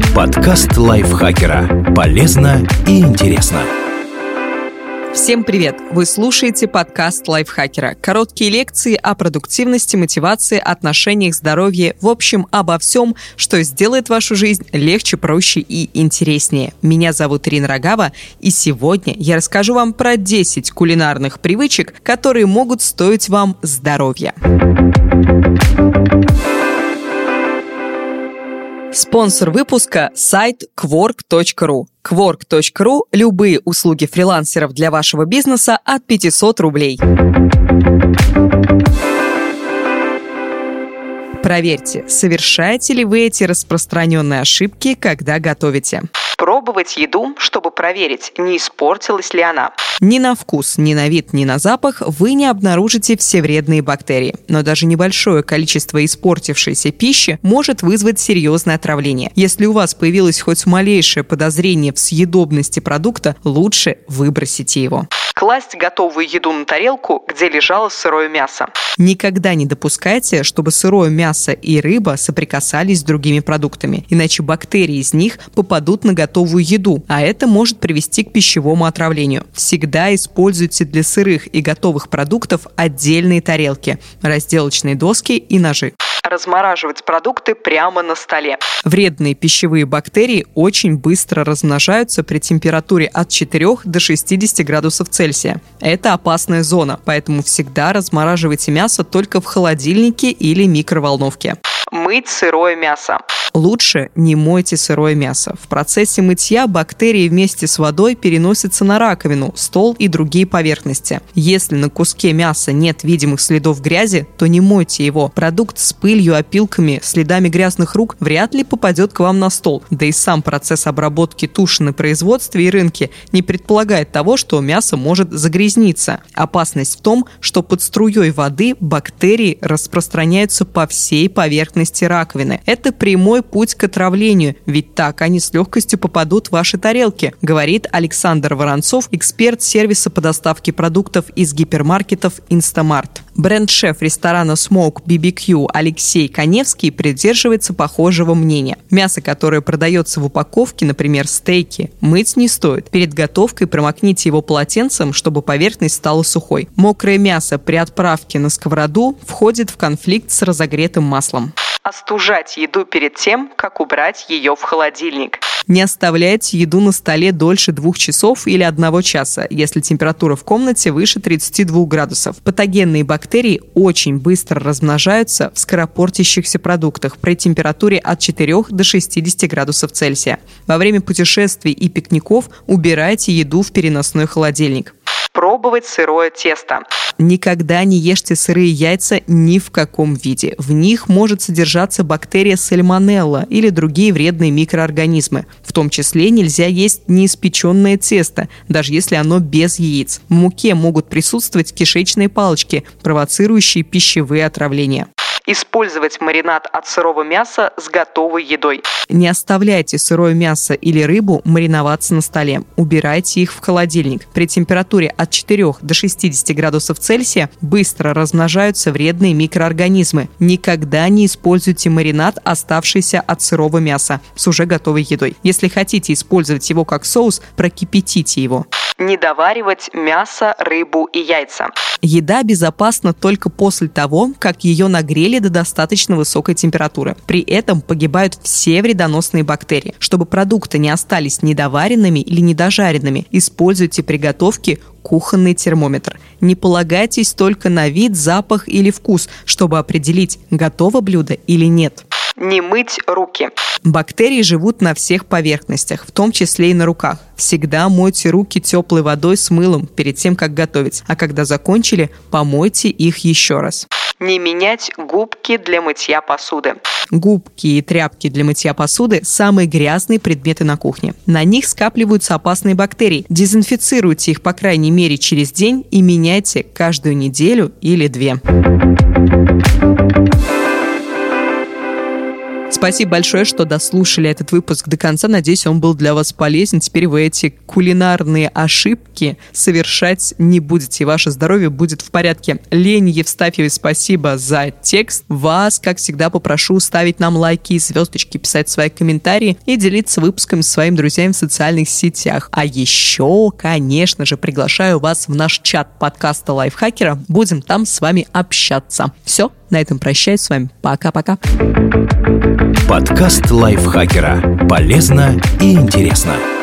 Подкаст лайфхакера. Полезно и интересно. Всем привет! Вы слушаете подкаст лайфхакера. Короткие лекции о продуктивности, мотивации, отношениях, здоровье, в общем, обо всем, что сделает вашу жизнь легче, проще и интереснее. Меня зовут Ирина Рогава, и сегодня я расскажу вам про 10 кулинарных привычек, которые могут стоить вам здоровья. Спонсор выпуска – сайт Quark.ru. Quark.ru – любые услуги фрилансеров для вашего бизнеса от 500 рублей. Проверьте, совершаете ли вы эти распространенные ошибки, когда готовите. Пробовать еду, чтобы проверить, не испортилась ли она. Ни на вкус, ни на вид, ни на запах вы не обнаружите все вредные бактерии. Но даже небольшое количество испортившейся пищи может вызвать серьезное отравление. Если у вас появилось хоть малейшее подозрение в съедобности продукта, лучше выбросите его. Класть готовую еду на тарелку, где лежало сырое мясо. Никогда не допускайте, чтобы сырое мясо и рыба соприкасались с другими продуктами, иначе бактерии из них попадут на готовую еду, а это может привести к пищевому отравлению. Всегда используйте для сырых и готовых продуктов отдельные тарелки, разделочные доски и ножи. Размораживать продукты прямо на столе. Вредные пищевые бактерии очень быстро размножаются при температуре от 4 до 60 градусов Цельсия. Это опасная зона, поэтому всегда размораживайте мясо только в холодильнике или микроволновке. Мыть сырое мясо. Лучше не мойте сырое мясо. В процессе мытья бактерии вместе с водой переносятся на раковину, стол и другие поверхности. Если на куске мяса нет видимых следов грязи, то не мойте его. Продукт с пылью, опилками, следами грязных рук вряд ли попадет к вам на стол. Да и сам процесс обработки туши на производстве и рынке не предполагает того, что мясо может загрязниться. Опасность в том, что под струей воды бактерии распространяются по всей поверхности раковины. Это прямой путь к отравлению, ведь так они с легкостью попадут в ваши тарелки, говорит Александр Воронцов, эксперт сервиса по доставке продуктов из гипермаркетов Инстамарт. Бренд-шеф ресторана Smoke BBQ Алексей Коневский придерживается похожего мнения. Мясо, которое продается в упаковке, например, стейки, мыть не стоит. Перед готовкой промокните его полотенцем, чтобы поверхность стала сухой. Мокрое мясо при отправке на сковороду входит в конфликт с разогретым маслом. Остужать еду перед тем, как убрать ее в холодильник. Не оставляйте еду на столе дольше 2 часов или 1 часа, если температура в комнате выше 32 градусов. Патогенные бактерии очень быстро размножаются в скоропортящихся продуктах при температуре от 4 до 60 градусов Цельсия. Во время путешествий и пикников убирайте еду в переносной холодильник. Пробовать сырое тесто. Никогда не ешьте сырые яйца ни в каком виде. В них может содержаться бактерия сальмонелла или другие вредные микроорганизмы. В том числе нельзя есть неиспеченное тесто, даже если оно без яиц. В муке могут присутствовать кишечные палочки, провоцирующие пищевые отравления. Использовать маринад от сырого мяса с готовой едой. Не оставляйте сырое мясо или рыбу мариноваться на столе. Убирайте их в холодильник. При температуре от 4 до 60 градусов Цельсия быстро размножаются вредные микроорганизмы. Никогда не используйте маринад, оставшийся от сырого мяса, с уже готовой едой. Если хотите использовать его как соус, прокипятите его. Не доваривать мясо, рыбу и яйца. Еда безопасна только после того, как ее нагрели до достаточно высокой температуры. При этом погибают все вредоносные бактерии. Чтобы продукты не остались недоваренными или недожаренными, используйте при готовке кухонный термометр. Не полагайтесь только на вид, запах или вкус, чтобы определить, готово блюдо или нет. Не мыть руки. Бактерии живут на всех поверхностях, в том числе и на руках. Всегда мойте руки теплой водой с мылом перед тем, как готовить, а когда закончили, помойте их еще раз. Не менять губки для мытья посуды. Губки и тряпки для мытья посуды – самые грязные предметы на кухне. На них скапливаются опасные бактерии. Дезинфицируйте их по крайней мере через день и меняйте каждую неделю или 2. Спасибо большое, что дослушали этот выпуск до конца. Надеюсь, он был для вас полезен. Теперь вы эти кулинарные ошибки совершать не будете, и ваше здоровье будет в порядке. Лене Евстафьевой спасибо за текст. Вас, как всегда, попрошу ставить нам лайки и звездочки, писать свои комментарии и делиться выпусками со своими друзьями в социальных сетях. А еще, конечно же, приглашаю вас в наш чат подкаста Лайфхакера. Будем там с вами общаться. Все, на этом прощаюсь с вами. Пока-пока. Подкаст Лайфхакера. Полезно и интересно.